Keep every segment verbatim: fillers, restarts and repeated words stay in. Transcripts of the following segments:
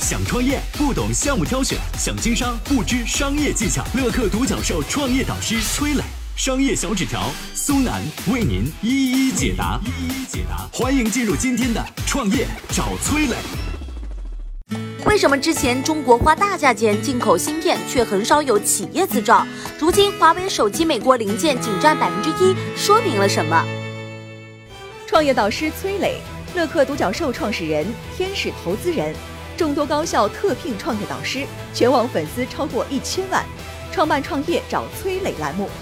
想创业不懂项目挑选，想经商不知商业技巧。乐客独角兽创业导师崔磊，商业小纸条苏南为您一一解答。一一解答，欢迎进入今天的创业找崔磊。 为什么之前中国花大价钱进口芯片，却很少有企业自造？如今华为手机美国零件仅占百分之一，说明了什么？ 创业导师崔磊，乐客独角兽创始人，天使投资人，众多高校特聘创业导师，全网粉丝超过一千万。创办创业找崔磊栏目，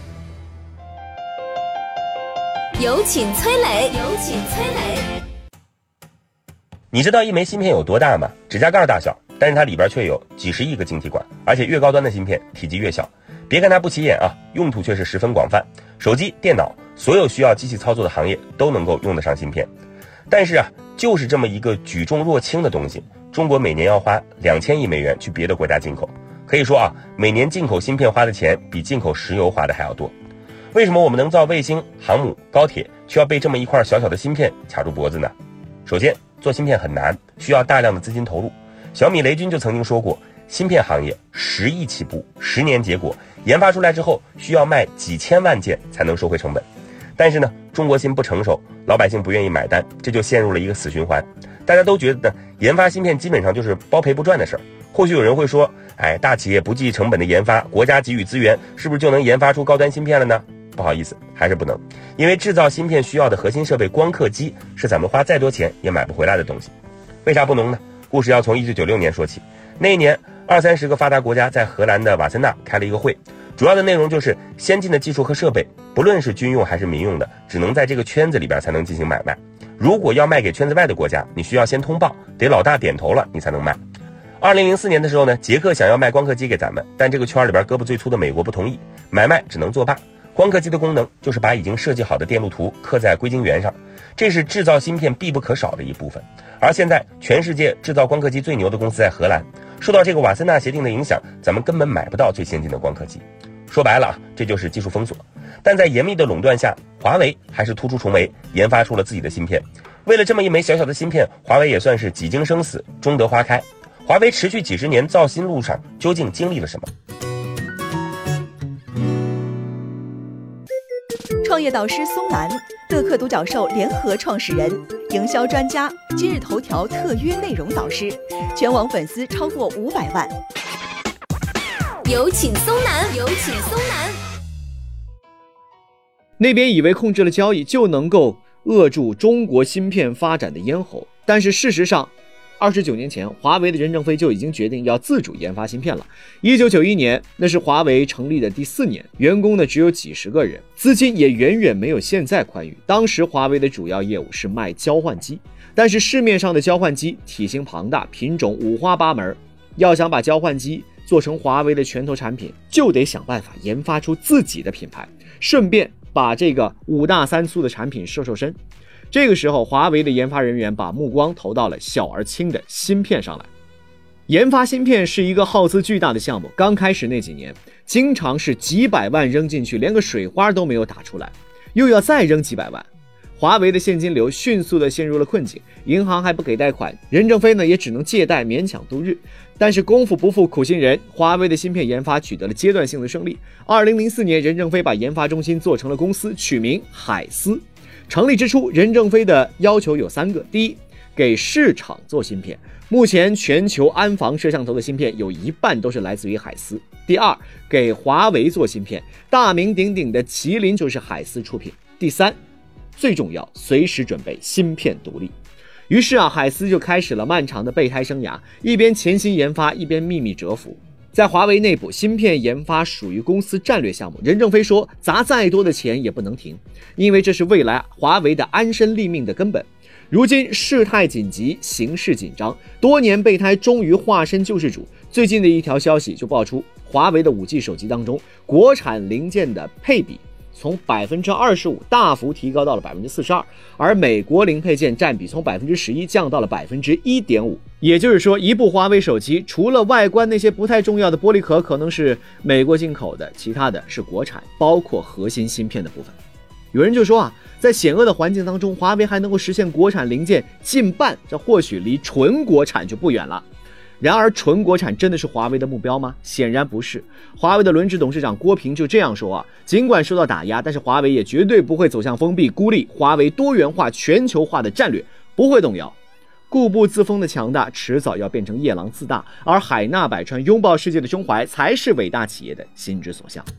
有请崔磊，有请崔磊。 你知道一枚芯片有多大吗？指甲盖大小，但是它里边却有几十亿个晶体管，而且越高端的芯片体积越小。别看它不起眼啊，用途却是十分广泛。手机、电脑，所有需要机器操作的行业都能够用得上芯片。但是啊，就是这么一个举重若轻的东西，中国每年要花两千亿美元去别的国家进口。可以说啊，每年进口芯片花的钱比进口石油花的还要多。为什么我们能造卫星、航母、高铁，却要被这么一块小小的芯片卡住脖子呢？首先，做芯片很难，需要大量的资金投入。小米雷军就曾经说过，芯片行业十亿起步，十年结果，研发出来之后需要卖几千万件才能收回成本。但是呢，中国芯不成熟，老百姓不愿意买单，这就陷入了一个死循环。大家都觉得呢，研发芯片基本上就是包赔不赚的事儿。或许有人会说，哎，大企业不计成本的研发，国家给予资源，是不是就能研发出高端芯片了呢？不好意思，还是不能，因为制造芯片需要的核心设备光刻机是咱们花再多钱也买不回来的东西。为啥不能呢？故事要从一九九六年说起。那一年，二三十个发达国家在荷兰的瓦森纳开了一个会，主要的内容就是先进的技术和设备，不论是军用还是民用的，只能在这个圈子里边才能进行买卖。如果要卖给圈子外的国家，你需要先通报，得老大点头了你才能卖。二零零四年的时候呢，捷克想要卖光刻机给咱们，但这个圈里边胳膊最粗的美国不同意，买卖只能作罢。光刻机的功能就是把已经设计好的电路图刻在硅晶圆上，这是制造芯片必不可少的一部分。而现在全世界制造光刻机最牛的公司在荷兰，受到这个瓦森纳协定的影响，咱们根本买不到最先进的光刻机。说白了啊，这就是技术封锁。但在严密的垄断下，华为还是突出重围，研发出了自己的芯片。为了这么一枚小小的芯片，华为也算是几经生死，终得花开。华为持续几十年造芯路上究竟经历了什么？ 创业导师松兰，乐客独角兽联合创始人，营销专家，今日头条特约内容导师，全网粉丝超过五百万。 有请松南，有请松南。 那边以为控制了交易就能够扼住中国芯片发展的咽喉，但是事实上二十九年前，华为的任正非就已经决定要自主研发芯片了。一九九一年，那是华为成立的第四年，员工呢只有几十个人，资金也远远没有现在宽裕。当时华为的主要业务是卖交换机，但是市面上的交换机体型庞大，品种五花八门，要想把交换机做成华为的拳头产品，就得想办法研发出自己的品牌，顺便把这个五大三粗的产品瘦瘦身。这个时候，华为的研发人员把目光投到了小而轻的芯片上来。研发芯片是一个耗资巨大的项目，刚开始那几年，经常是几百万扔进去，连个水花都没有打出来，又要再扔几百万。华为的现金流迅速的陷入了困境，银行还不给贷款，任正非呢也只能借贷勉强度日。但是功夫不负苦心人，华为的芯片研发取得了阶段性的胜利。二零零四年，任正非把研发中心做成了公司，取名海思。成立之初，任正非的要求有三个：第一，给市场做芯片，目前全球安防摄像头的芯片有一半都是来自于海思；第二，给华为做芯片，大名鼎鼎的麒麟就是海思出品；第三，最重要，随时准备芯片独立。于是啊，海思就开始了漫长的备胎生涯，一边潜心研发，一边秘密蛰伏。在华为内部，芯片研发属于公司战略项目。任正非说，砸再多的钱也不能停，因为这是未来华为的安身立命的根本。如今事态紧急，形势紧张，多年备胎终于化身救世主。最近的一条消息就爆出，华为的 五 G 手机当中，国产零件的配比从 百分之二十五 大幅提高到了 百分之四十二， 而美国零配件占比从 百分之十一 降到了 百分之一点五。 也就是说，一部华为手机除了外观那些不太重要的玻璃壳可能是美国进口的，其他的是国产，包括核心芯片的部分。有人就说啊，在险恶的环境当中，华为还能够实现国产零件近半，这或许离纯国产就不远了。 然而，纯国产真的是华为的目标吗？显然不是。华为的轮值董事长郭平就这样说啊，尽管受到打压，但是华为也绝对不会走向封闭孤立，华为多元化、全球化的战略不会动摇。固步自封的强大，迟早要变成夜郎自大，而海纳百川、拥抱世界的胸怀，才是伟大企业的心之所向。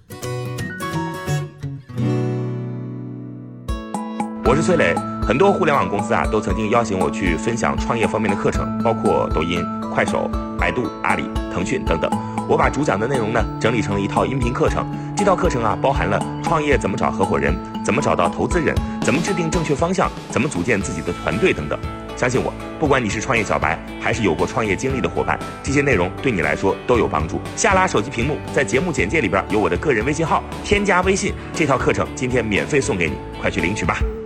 我是崔磊，很多互联网公司啊都曾经邀请我去分享创业方面的课程，包括抖音、快手、百度、阿里、腾讯等等。我把主讲的内容呢整理成了一套音频课程，这套课程啊包含了创业怎么找合伙人、怎么找到投资人、怎么制定正确方向、怎么组建自己的团队等等。相信我，不管你是创业小白还是有过创业经历的伙伴，这些内容对你来说都有帮助。下拉手机屏幕，在节目简介里边有我的个人微信号，添加微信，这套课程今天免费送给你，快去领取吧。